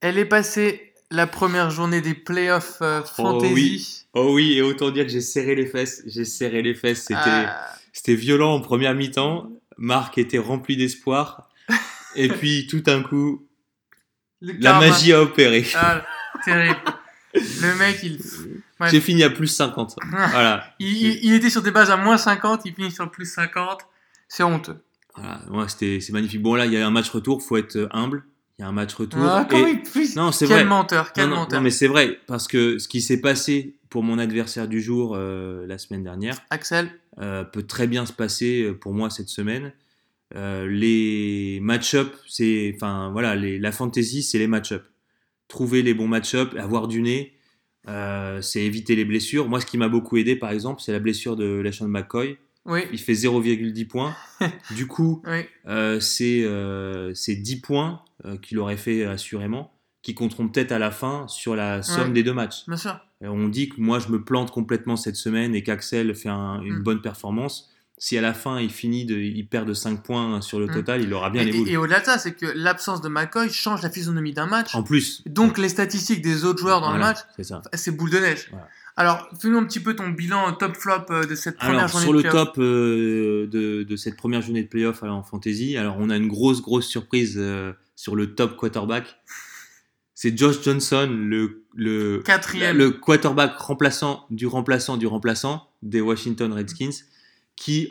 Elle est passée la première journée des playoffs fantasy. Oh oui, et autant dire que j'ai serré les fesses. C'était violent en première mi-temps. Marc était rempli d'espoir. Et puis tout d'un coup, la magie a opéré. Ah, terrible. Le mec, Bref. J'ai fini à plus 50. Voilà. il était sur des bases à moins 50, il finit sur plus 50. C'est honteux. Voilà, ouais, c'est magnifique. Bon, là, il y a un match retour, faut être humble. Il y a un match retour. Non, c'est vrai. Menteur, menteur. Non, mais c'est vrai, parce que ce qui s'est passé pour mon adversaire du jour la semaine dernière, Axel, peut très bien se passer pour moi cette semaine. Les match-up, la fantasy, c'est les match-up. Trouver les bons match-up, avoir du nez, c'est éviter les blessures. Moi, ce qui m'a beaucoup aidé, par exemple, c'est la blessure de LeSean McCoy. Oui. Il fait 0,10 points. Du coup, oui. c'est 10 points qu'il aurait fait assurément, qui compteront peut-être à la fin sur la somme des deux matchs. Bien sûr. On dit que moi, je me plante complètement cette semaine et qu'Axel fait une bonne performance. Si à la fin, il perd de 5 points sur le total, il aura bien les boules. Et au-delà de ça, c'est que l'absence de McCoy change la physionomie d'un match. En plus. Donc, les statistiques des autres joueurs dans le match, c'est boule de neige. Voilà. Alors, fais-nous un petit peu ton bilan top-flop de cette première journée de playoff. Sur le top de cette première journée de playoff en fantasy, alors on a une grosse surprise sur le top quarterback. C'est Josh Johnson, le quarterback remplaçant des Washington Redskins, qui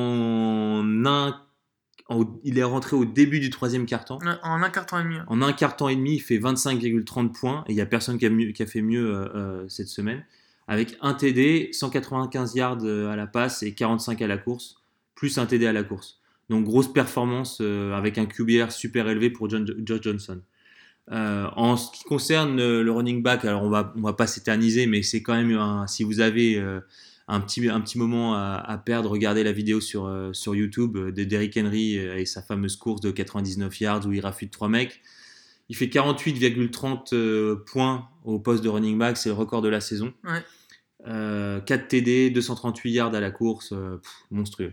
il est rentré au début du troisième quart-temps. En un quart-temps et demi. En un quart-temps et demi, il fait 25,30 points, et il n'y a personne qui a fait mieux cette semaine. Avec un TD, 195 yards à la passe et 45 à la course, plus un TD à la course. Donc grosse performance avec un QBR super élevé pour Josh Johnson. En ce qui concerne le running back, alors on va pas s'éterniser, mais c'est quand même si vous avez un petit moment à perdre, regardez la vidéo sur YouTube de Derrick Henry et sa fameuse course de 99 yards où il rafute 3 mecs. Il fait 48,30 points au poste de running back, c'est le record de la saison. Ouais. 4 TD, 238 yards à la course, monstrueux.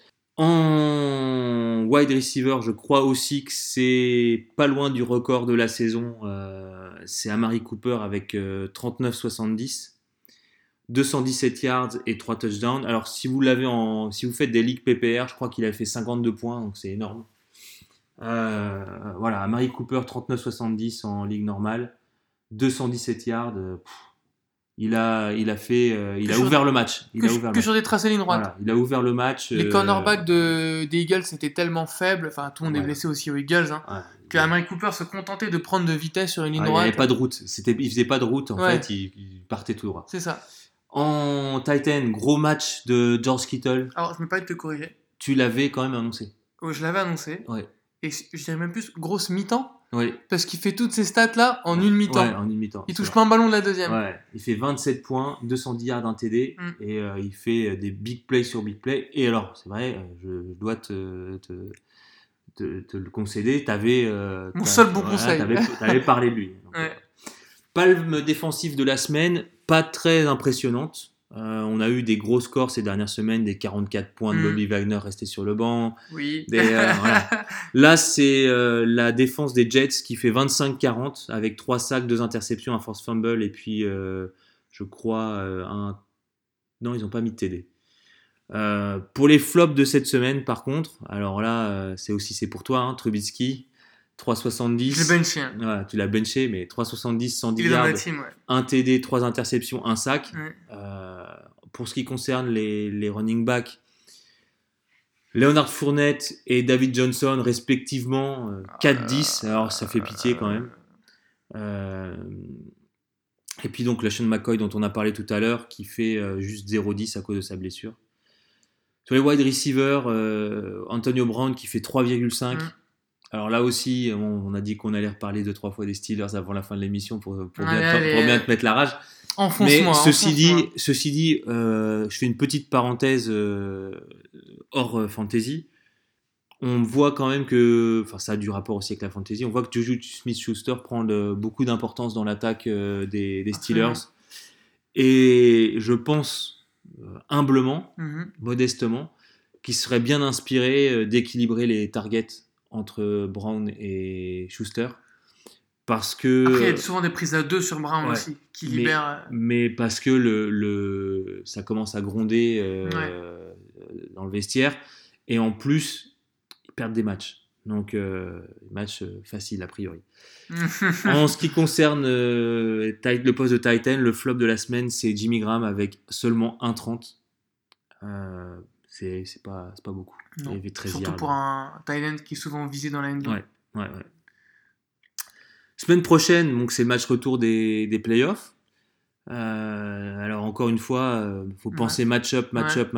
En wide receiver, je crois aussi que c'est pas loin du record de la saison. C'est Amari Cooper avec 39,70, 217 yards et 3 touchdowns. Alors si vous faites des ligues PPR, je crois qu'il a fait 52 points, donc c'est énorme. Voilà, Amari Cooper 39,70 en ligue normale, 217 yards. Il a ouvert le match. Sur des tracés ligne droite. Voilà, il a ouvert le match. Les cornerbacks des Eagles étaient tellement faibles, enfin tout le monde est blessé aussi aux Eagles, que Amari Cooper se contentait de prendre de vitesse sur une ligne droite. Il n'y avait pas de route. Il faisait pas de route en fait, il partait tout droit. C'est ça. En Titan, gros match de George Kittle. Alors je me permets de te corriger. Tu l'avais quand même annoncé. Oui, je l'avais annoncé. Ouais. Et je dirais même plus grosse mi-temps. Oui. Parce qu'il fait toutes ces stats-là en une mi-temps. Ouais, en une mi-temps. Il touche pas un ballon de la deuxième. Ouais. Il fait 27 points, 210 yards d'un TD, et il fait des big plays sur big plays. Et alors, c'est vrai, je dois te le concéder. Mon seul bon conseil. T'avais parlé de lui. Donc, palme défensive de la semaine, pas très impressionnante. On a eu des gros scores ces dernières semaines, des 44 points de Bobby Wagner resté sur le banc. Oui. Voilà. Là, c'est la défense des Jets qui fait 25-40 avec 3 sacs, 2 interceptions, un force fumble et puis, je crois, Non, ils n'ont pas mis de TD. Pour les flops de cette semaine, par contre, alors là, c'est pour toi, Trubisky. 3,70. Je l'ai benché. Ouais, tu l'as benché, mais 3,70, 110 yards, un TD, 3 interceptions, un sac. Pour ce qui concerne les running backs, Leonard Fournette et David Johnson, respectivement, 4-10. Alors, ça fait pitié quand même. Et puis donc, LeSean McCoy, dont on a parlé tout à l'heure, qui fait juste 0,10 à cause de sa blessure. Sur les wide receivers, Antonio Brown qui fait 3,5. Alors là aussi, on a dit qu'on allait reparler 2-3 fois des Steelers avant la fin de l'émission pour bien te mettre la rage. Mais ceci dit, je fais une petite parenthèse hors fantasy. On voit quand même que, ça a du rapport aussi avec la fantasy, on voit que Juju Smith-Schuster prend beaucoup d'importance dans l'attaque des Steelers. Et je pense humblement, modestement, qu'il serait bien inspiré d'équilibrer les targets entre Brown et Schuster. Parce que... Après, il y a souvent des prises à 2 sur Brown aussi, qui libèrent... Mais parce que ça commence à gronder dans le vestiaire. Et en plus, ils perdent des matchs. Donc, match facile a priori. En ce qui concerne le poste de Titan, le flop de la semaine, c'est Jimmy Graham avec seulement 1,30. C'est pas beaucoup. Non. Surtout pour un Titan qui est souvent visé dans la end zone. Ouais. Semaine prochaine, donc c'est le match retour des playoffs. Alors encore une fois, il faut penser match-up.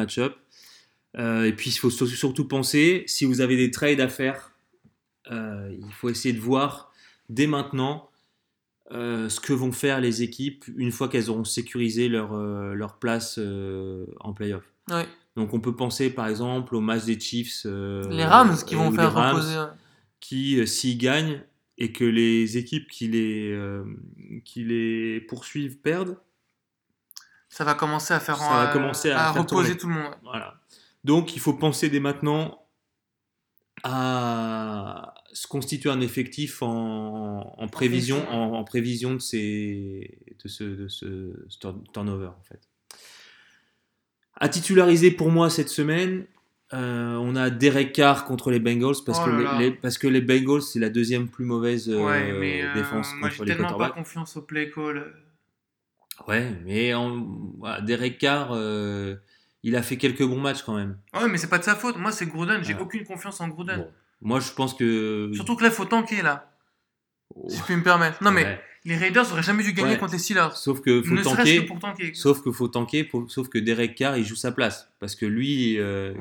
Et puis il faut surtout penser, si vous avez des trades à faire, il faut essayer de voir dès maintenant ce que vont faire les équipes une fois qu'elles auront sécurisé leur place en playoff. Ouais. Donc on peut penser par exemple au match des Chiefs. Les Rams qui vont faire reposer. Qui, s'ils gagnent et que les équipes qui les poursuivent perdent, ça va commencer à faire à reposer tout le monde. Voilà. Donc il faut penser dès maintenant à se constituer un effectif en prévision de ce turnover en fait. À titulariser pour moi cette semaine, on a Derek Carr contre les Bengals parce que les Bengals c'est la deuxième plus mauvaise défense moi, contre les quarterbacks. Moi j'ai tellement pas confiance au play call. Ouais, mais Derek Carr, il a fait quelques bons matchs quand même. Ouais, mais c'est pas de sa faute. Moi c'est Gruden, j'ai aucune confiance en Gruden. Bon. Moi je pense que... Surtout que là il faut tanker là. Si je puis me permettre. Non mais les Raiders auraient jamais dû gagner contre les Steelers. Sauf que faut tanker. Sauf que faut tanker. Sauf que Derek Carr il joue sa place parce que lui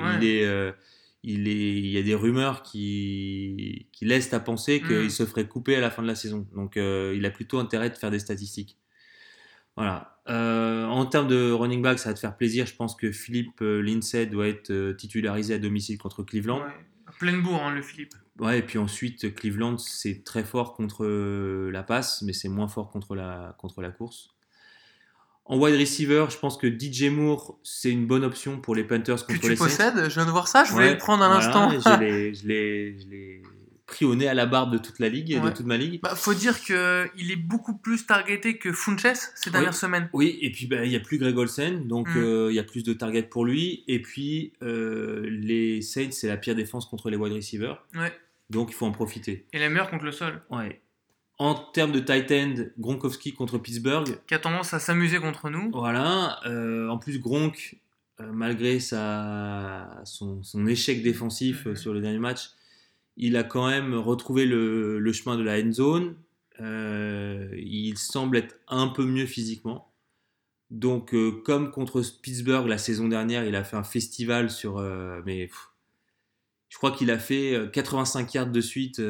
il y a des rumeurs qui laissent à penser qu'il se ferait couper à la fin de la saison. Donc il a plutôt intérêt de faire des statistiques. Voilà. En termes de running back, ça va te faire plaisir. Je pense que Philippe Lindsay doit être titularisé à domicile contre Cleveland. Ouais. Pleine bourre, le Philippe. Ouais, et puis ensuite, Cleveland, c'est très fort contre la passe, mais c'est moins fort contre la course. En wide receiver, je pense que DJ Moore, c'est une bonne option pour les Panthers contre les Saints. Que tu possèdes, je viens de voir ça, je voulais le prendre un instant. Je l'ai pris au nez à la barre de toute la ligue, de toute ma ligue. Faut dire qu'il est beaucoup plus targeté que Funches ces dernières semaines. Oui, et puis il n'y a plus Greg Olsen, donc il y a plus de targets pour lui. Et puis les Saints, c'est la pire défense contre les wide receivers. Ouais. Donc il faut en profiter. Et la meilleure contre le sol. Ouais. En termes de tight end, Gronkowski contre Pittsburgh. Qui a tendance à s'amuser contre nous. Voilà. En plus, Gronk, malgré son échec défensif sur le dernier match, il a quand même retrouvé le chemin de la end zone. Il semble être un peu mieux physiquement. Donc, comme contre Pittsburgh la saison dernière, il a fait un festival sur... je crois qu'il a fait 85 yards de suite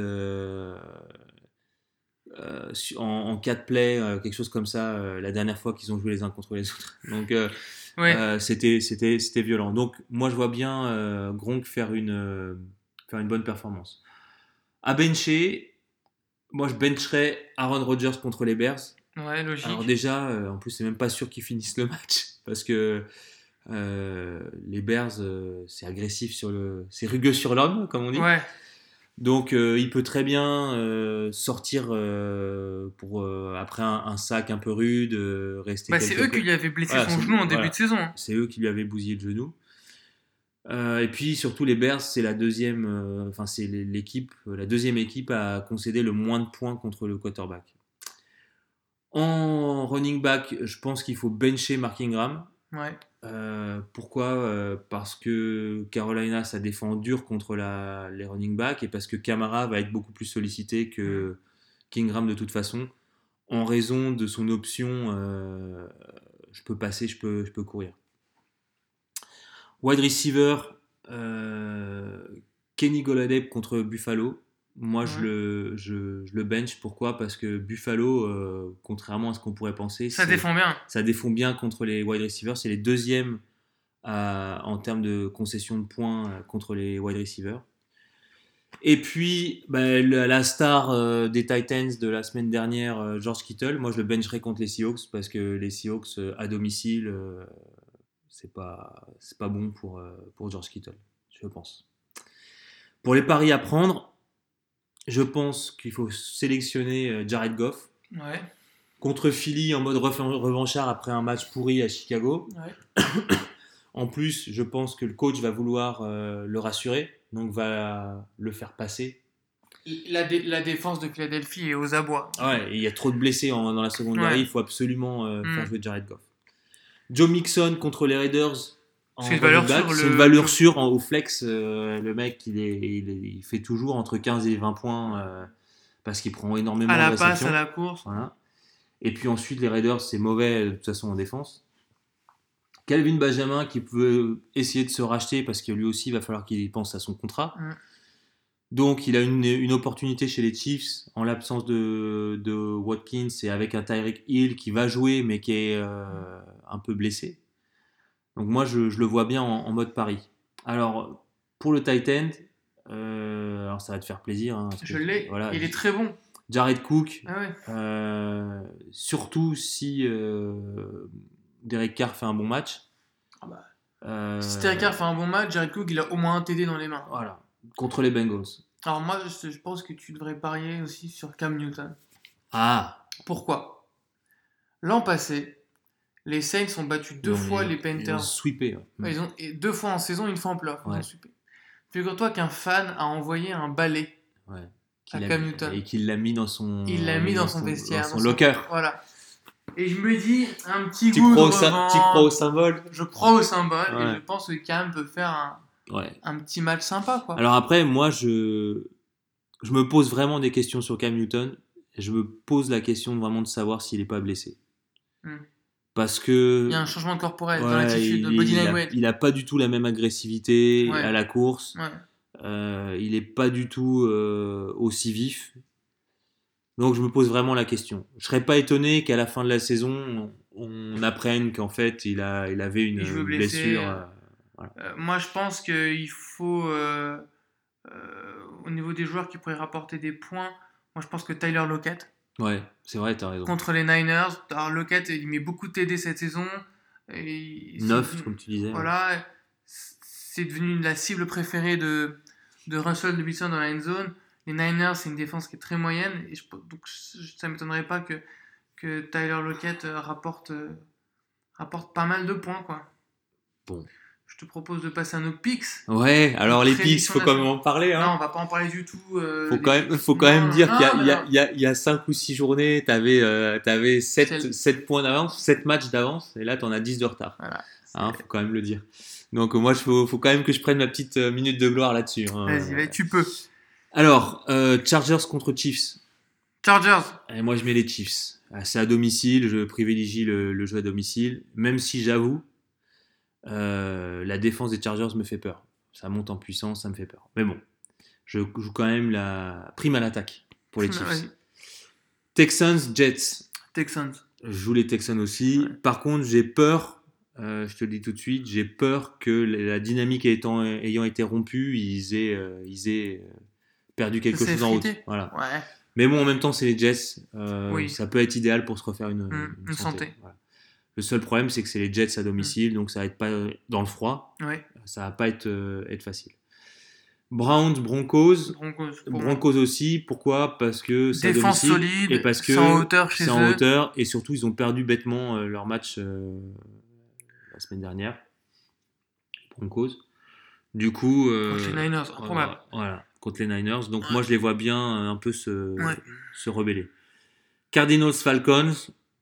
en 4 plays, quelque chose comme ça, la dernière fois qu'ils ont joué les uns contre les autres. Donc, c'était violent. Donc, moi, je vois bien Gronk faire une bonne performance. À bencher, moi, je bencherais Aaron Rodgers contre les Bears. Ouais, logique. Alors déjà, en plus, c'est même pas sûr qu'ils finissent le match parce que les Bears, c'est agressif c'est rugueux sur l'homme, comme on dit. Ouais. Donc, il peut très bien sortir pour après un sac un peu rude, rester. C'est eux qui lui avaient blessé son genou en début de saison. C'est eux qui lui avaient bousillé le genou. Et puis surtout les Bears, c'est la deuxième, c'est la deuxième équipe à concéder le moins de points contre le quarterback. En running back, je pense qu'il faut bencher Mark Ingram. Ouais. Pourquoi parce que Carolina, ça défend dur contre les running backs et parce que Kamara va être beaucoup plus sollicité qu'Ingram de toute façon. En raison de son option, je peux passer, je peux courir. Wide receiver, Kenny Golladay contre Buffalo. Moi, je le bench. Pourquoi ? Parce que Buffalo, contrairement à ce qu'on pourrait penser, ça défend bien. Ça défend bien contre les wide receivers. C'est les deuxièmes en termes de concession de points contre les wide receivers. Et puis, la star des Titans de la semaine dernière, George Kittle, moi je le bencherai contre les Seahawks parce que les Seahawks à domicile, c'est pas bon pour George Kittle, je pense. Pour les paris à prendre, je pense qu'il faut sélectionner Jared Goff. Ouais. Contre Philly en mode revanchard après un match pourri à Chicago. Ouais. En plus, je pense que le coach va vouloir le rassurer, donc va le faire passer. La défense de Philadelphie est aux abois. Ouais, il y a trop de blessés dans la secondary, il faut absolument faire jouer Jared Goff. Joe Mixon contre les Raiders. C'est une valeur sûre. C'est une valeur sûre au flex. Le mec, il fait toujours entre 15 et 20 points parce qu'il prend énormément de réceptions. À la passe, à la course. Voilà. Et puis ensuite, les Raiders, c'est mauvais de toute façon en défense. Calvin Benjamin qui peut essayer de se racheter parce que lui aussi, il va falloir qu'il pense à son contrat. Donc, il a une opportunité chez les Chiefs en l'absence de Watkins et avec un Tyreek Hill qui va jouer mais qui est un peu blessé. Donc, moi, je le vois bien en mode pari. Alors, pour le tight end, alors ça va te faire plaisir. Hein, je l'ai, voilà, il est très bon. Jared Cook, ouais. Surtout si Derek Carr fait un bon match. Si Derek Carr fait un bon match, Jared Cook, il a au moins un TD dans les mains. Voilà, contre les Bengals. Alors moi, je pense que tu devrais parier aussi sur Cam Newton. Ah. Pourquoi ? L'an passé, les Saints ont battu deux fois les Panthers. Ils ont sweepé. Ouais, ils ont, et 2 fois en saison, 1 fois en playoff. Ouais. Figure-toi qu'un fan a envoyé un balai à Cam Newton. Et qu'il l'a mis dans son... Il l'a mis dans son vestiaire. Dans son locker. Voilà. Et je me dis, un petit tu goût crois de revanche. Tu crois au symbole ? Je crois au symbole et je pense que Cam peut faire un petit match sympa. Quoi. Alors après, moi, je me pose vraiment des questions sur Cam Newton. Et je me pose la question vraiment de savoir s'il n'est pas blessé. Parce que... Il y a un changement de corporel, dans l'attitude, de body language. Il n'a pas du tout la même agressivité à la course. Il n'est pas du tout aussi vif. Donc je me pose vraiment la question. Je ne serais pas étonné qu'à la fin de la saison, on apprenne qu'en fait, il avait une blessure. Voilà. Moi, je pense qu'il faut, au niveau des joueurs qui pourraient rapporter des points, moi je pense que Tyler Lockett. Ouais, c'est vrai, t'as raison. Contre les Niners, alors Lockett, il met beaucoup de TD cette saison. 9, comme tu disais. Voilà, c'est devenu la cible préférée de Russell Wilson dans la end zone. Les Niners, c'est une défense qui est très moyenne. Et donc, ça ne m'étonnerait pas que Tyler Lockett rapporte pas mal de points. Quoi. Bon. Je te propose de passer à nos picks. Ouais, alors les picks, il faut quand même en parler. Hein. Non, on va pas en parler du tout. Faut quand même dire qu'il y a 5 ou 6 journées, tu avais 7 points d'avance, 7 matchs d'avance, et là, tu en as 10 de retard. Voilà. Faut quand même le dire. Donc, moi, faut quand même que je prenne ma petite minute de gloire là-dessus. Hein. Vas-y, tu peux. Alors, Chargers contre Chiefs. Chargers. Et moi, je mets les Chiefs. C'est à domicile, je privilégie le jeu à domicile, même si j'avoue, la défense des Chargers me fait peur. Ça monte en puissance, ça me fait peur. Mais bon, je joue quand même la prime à l'attaque pour les Chiefs. Ouais. Texans, Jets. Texans. Je joue les Texans aussi. Ouais. Par contre, j'ai peur, je te le dis tout de suite, j'ai peur que la dynamique ayant été rompue, ils aient perdu quelque chose en route. Voilà. Ouais. Mais bon, en même temps, c'est les Jets. Ça peut être idéal pour se refaire une santé. Voilà. Le seul problème, c'est que c'est les Jets à domicile, donc ça va être pas dans le froid. Ouais. Ça va pas être facile. Browns, Broncos aussi. Pourquoi ? Parce que c'est défense à domicile solide, et parce que c'est en hauteur chez eux. C'est en hauteur et surtout ils ont perdu bêtement leur match la semaine dernière. Broncos. Du coup. Contre les Niners, improbable. Voilà, contre les Niners. Donc moi je les vois bien un peu se rebeller. Cardinals, Falcons.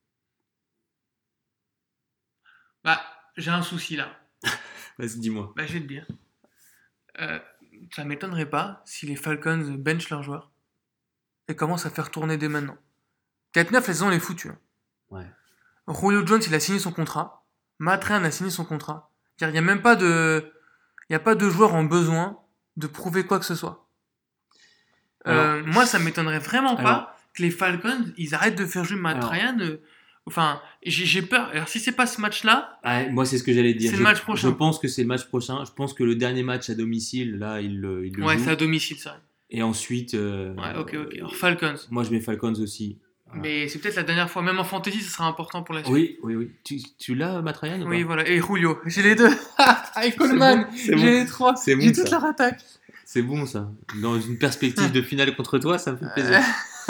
Bah, j'ai un souci là. Vas-y, dis-moi. Bah, je vais te dire. Ça m'étonnerait pas si les Falcons benchent leurs joueurs et commencent à faire tourner dès maintenant. 4-9, la saison, elle est foutue. Ouais. Julio Jones, il a signé son contrat. Matt Ryan a signé son contrat. Il n'y a même pas de joueur en besoin de prouver quoi que ce soit. Moi, ça m'étonnerait vraiment pas que les Falcons, ils arrêtent de faire jouer Matt Ryan. Enfin, j'ai peur. Alors, si c'est pas ce match-là... moi, c'est ce que j'allais dire. C'est le match prochain. Je pense que c'est le match prochain. Je pense que le dernier match à domicile, là, il le joue. Ouais, c'est à domicile, ça. Et ensuite... ouais, ok. Alors, Falcons. Moi, je mets Falcons aussi. Voilà. Mais c'est peut-être la dernière fois. Même en fantasy, ça sera important pour la suite. Oui. Tu l'as, Matt Ryan, ou pas ? Oui, voilà. Et Julio. J'ai les deux. Avec Coleman. J'ai les trois. J'ai toute leur attaque. C'est bon ça. Dans une perspective de finale contre toi, ça me fait plaisir.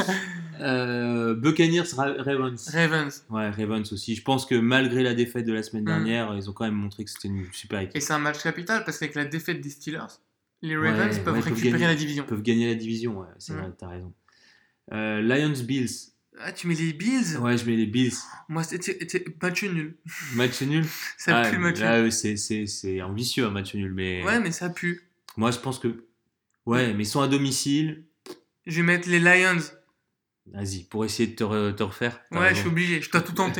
Buccaneers, Ravens. Ravens. Ouais, Ravens aussi. Je pense que malgré la défaite de la semaine dernière, ils ont quand même montré que c'était une super équipe. Et c'est un match capital parce qu'avec la défaite des Steelers, les Ravens peuvent récupérer la division. Peuvent gagner la division, ouais, c'est vrai, t'as raison. Lions-Bills. Ah, tu mets les Bills? Ouais, je mets les Bills. Moi, c'était match nul. Match nul? Ça pue match nul. Là, c'est ambitieux un match nul, mais... Ouais, mais ça pue. Moi, je pense que... Ouais, mais ils sont à domicile. Je vais mettre les Lions. Vas-y, pour essayer de te refaire. Ouais, je suis obligé, je dois tout tenter.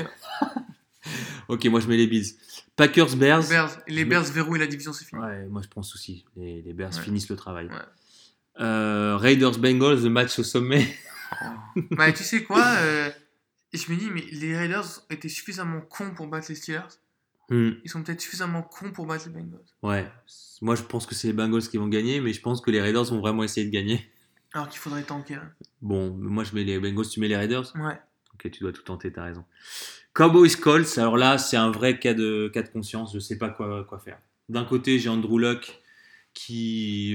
Ok, moi je mets les Bills. Packers, Bears. Les Bears verrouillent la division, c'est fini. Ouais, moi je pense aussi. Les Bears finissent le travail. Ouais. Raiders, Bengals, le match au sommet. Bah, tu sais quoi je me dis, mais les Raiders étaient suffisamment cons pour battre les Steelers. Ils sont peut-être suffisamment cons pour battre les Bengals. Ouais, moi je pense que c'est les Bengals qui vont gagner, mais je pense que les Raiders vont vraiment essayer de gagner. Alors qu'il faudrait tanker. Hein. Bon, moi je mets les Bengals, tu mets les Raiders? Ouais. Ok, tu dois tout tenter, t'as raison. Cowboys, Colts, alors là c'est un vrai cas de conscience, je sais pas quoi faire. D'un côté j'ai Andrew Luck qui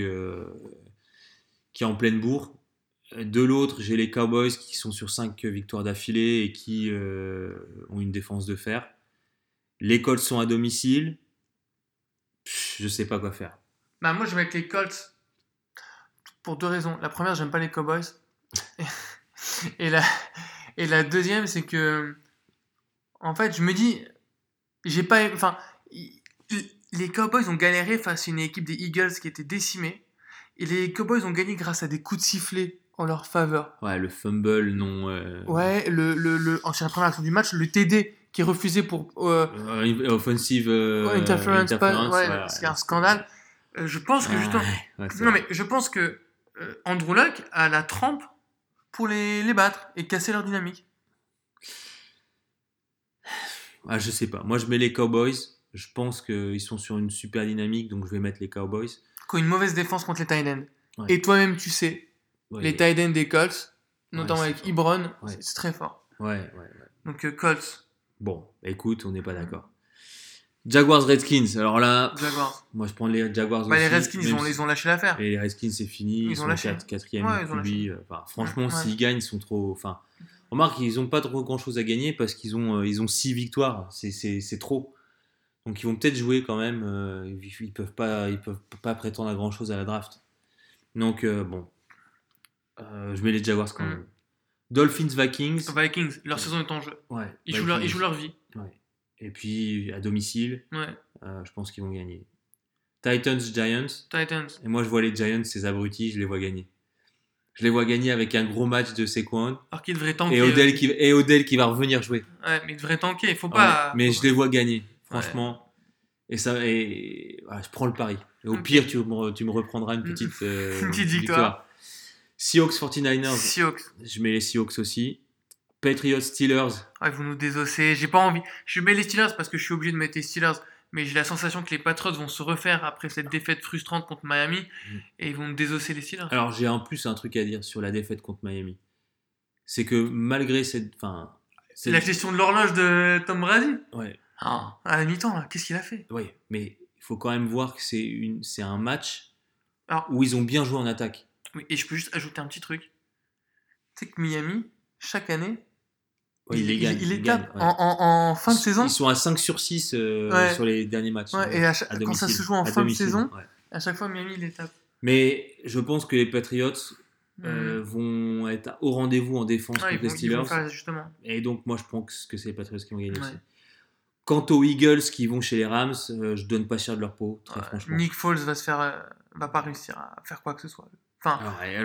est en pleine bourre. De l'autre, j'ai les Cowboys qui sont sur 5 victoires d'affilée et qui ont une défense de fer. Les Colts sont à domicile. Je sais pas quoi faire. Bah, moi, je vais mettre les Colts pour 2 raisons. La première, j'aime pas les Cowboys. et la deuxième, c'est que, en fait, je me dis, j'ai pas. Enfin, les Cowboys ont galéré face à une équipe des Eagles qui était décimée. Et les Cowboys ont gagné grâce à des coups de sifflet en leur faveur. Ouais, le fumble, non. Ouais, c'est la première action du match, le TD qui est refusé pour. Offensive. Interference, c'est un scandale. Je pense que justement. Non, mais je pense que Andrew Luck a la trempe pour les battre et casser leur dynamique. Ah, je sais pas. Moi, je mets les Cowboys. Je pense qu'ils sont sur une super dynamique, donc je vais mettre les Cowboys. Qui ont une mauvaise défense contre les tight ends. Ouais. Et toi-même, tu sais, les tight ends des Colts, notamment avec Ebron, c'est très fort. Ouais. Donc, Colts. Bon, écoute, on n'est pas d'accord. Jaguars, Redskins. Alors là, moi je prends les Jaguars aussi. Les Redskins, ils ont lâché l'affaire. Et les Redskins, c'est fini. Ils sont quatrième QB. Enfin, franchement, s'ils gagnent, ils sont trop. Enfin, remarque, ils n'ont pas trop grand-chose à gagner parce qu'ils ont 6 victoires. C'est trop. Donc ils vont peut-être jouer quand même. Ils peuvent pas prétendre à grand-chose à la draft. Donc bon, je mets les Jaguars quand même. Dolphins, Vikings. Leur saison est en jeu. Ouais. Ils jouent leur vie. Ouais. Et puis à domicile, je pense qu'ils vont gagner. Titans, Giants. Et moi je vois les Giants, ces abrutis, je les vois gagner. Je les vois gagner avec un gros match de Saquon. Alors qu'ils devraient tanker. Et Odell qui va revenir jouer. Ouais, mais ils devraient tanker, il faut pas. Mais je les vois gagner, franchement. Et je prends le pari. Et au pire, tu me reprendras une petite victoire. Seahawks, 49ers. Je mets les Seahawks aussi. Patriots, Steelers. Ils vont nous désosser. J'ai pas envie. Je mets les Steelers parce que je suis obligé de mettre les Steelers. Mais j'ai la sensation que les Patriots vont se refaire après cette défaite frustrante contre Miami. Et ils vont nous désosser les Steelers. Alors j'ai en plus un truc à dire sur la défaite contre Miami. C'est que malgré c'est la gestion de l'horloge de Tom Brady. Ouais. À la mi-temps, là, qu'est-ce qu'il a fait? Ouais, mais il faut quand même voir que c'est un match où ils ont bien joué en attaque. Oui, et je peux juste ajouter un petit truc. Tu sais que Miami, chaque année, il les tape en fin de saison. Ils sont à 5 sur 6 sur les derniers matchs. Et quand ça se joue en fin de saison, à chaque fois, Miami les tape. Mais je pense que les Patriots vont être au rendez-vous en défense contre les Steelers. Justement. Et donc, moi, je pense que c'est les Patriots qui vont gagner aussi. Quant aux Eagles qui vont chez les Rams, je donne pas cher de leur peau, très franchement. Nick Foles va pas réussir à faire quoi que ce soit. Enfin,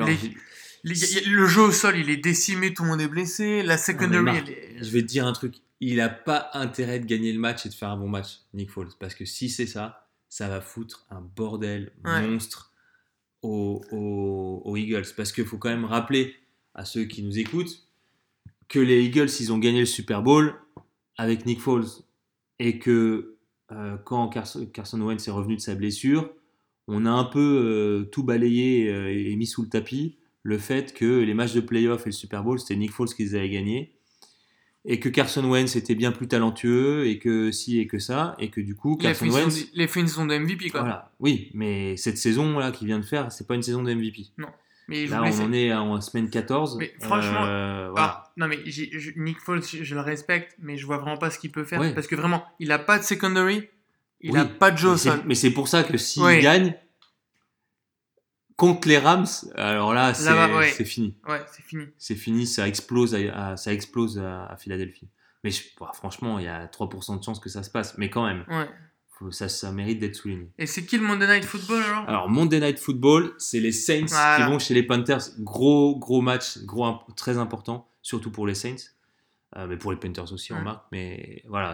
le jeu au sol, il est décimé, tout le monde est blessé. La secondary, je vais te dire un truc. Il a pas intérêt de gagner le match et de faire un bon match, Nick Foles, parce que si c'est ça va foutre un bordel monstre aux Eagles. Parce qu'il faut quand même rappeler à ceux qui nous écoutent que les Eagles, ils ont gagné le Super Bowl avec Nick Foles. Et que quand Carson Wentz est revenu de sa blessure, on a un peu tout balayé et mis sous le tapis le fait que les matchs de playoff et le Super Bowl, c'était Nick Foles qui les avait gagnés. et que Carson Wentz était bien plus talentueux, et que si et que ça, et que du coup, Carson Wentz... Il a fait une saison de MVP, quoi. Voilà, oui, mais cette saison-là qu'il vient de faire, c'est pas une saison de MVP. Non. Mais là, on en est en semaine 14. Mais franchement, voilà. non mais Nick Foles, je le respecte, mais je vois vraiment pas ce qu'il peut faire. Ouais. Parce que vraiment, il a pas de secondary, il a pas de jeu au sol. Mais c'est pour ça que s'il gagne contre les Rams, alors là, c'est fini. Ouais, c'est fini. C'est fini, ça explose à Philadelphie. Mais franchement, il y a 3% de chance que ça se passe. Mais quand même, ça mérite d'être souligné. Et c'est qui le Monday Night Football alors ? Alors, Monday Night Football, c'est les Saints qui vont chez les Panthers. Gros match, très important, surtout pour les Saints. Mais pour les Panthers aussi, on marque. Mais voilà,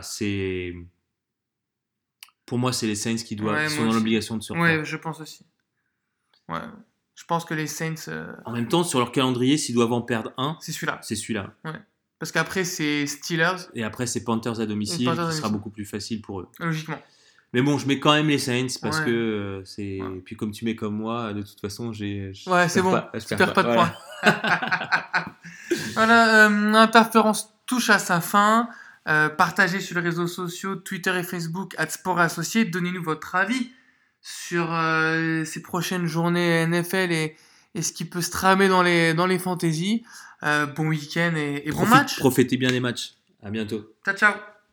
pour moi, c'est les Saints qui sont dans l'obligation de se refaire. Ouais, je pense aussi. Ouais, je pense que les Saints... En même temps, sur leur calendrier, s'ils doivent en perdre un, c'est celui-là. C'est celui-là. Ouais. Parce qu'après, c'est Steelers. Et après, c'est Panthers à domicile, qui sera beaucoup plus facile pour eux. Logiquement. Mais bon, je mets quand même les Saints parce que c'est... Ouais. Puis comme tu mets comme moi, de toute façon, ouais, c'est bon, tu perds pas de points. Voilà, Interférence touche à sa fin. Partagez sur les réseaux sociaux, Twitter et Facebook, @sportassocié. Donnez-nous votre avis sur ces prochaines journées NFL et ce qui peut se tramer dans les fantaisies. Bon week-end et bon match. Profitez bien des matchs. À bientôt. Ciao.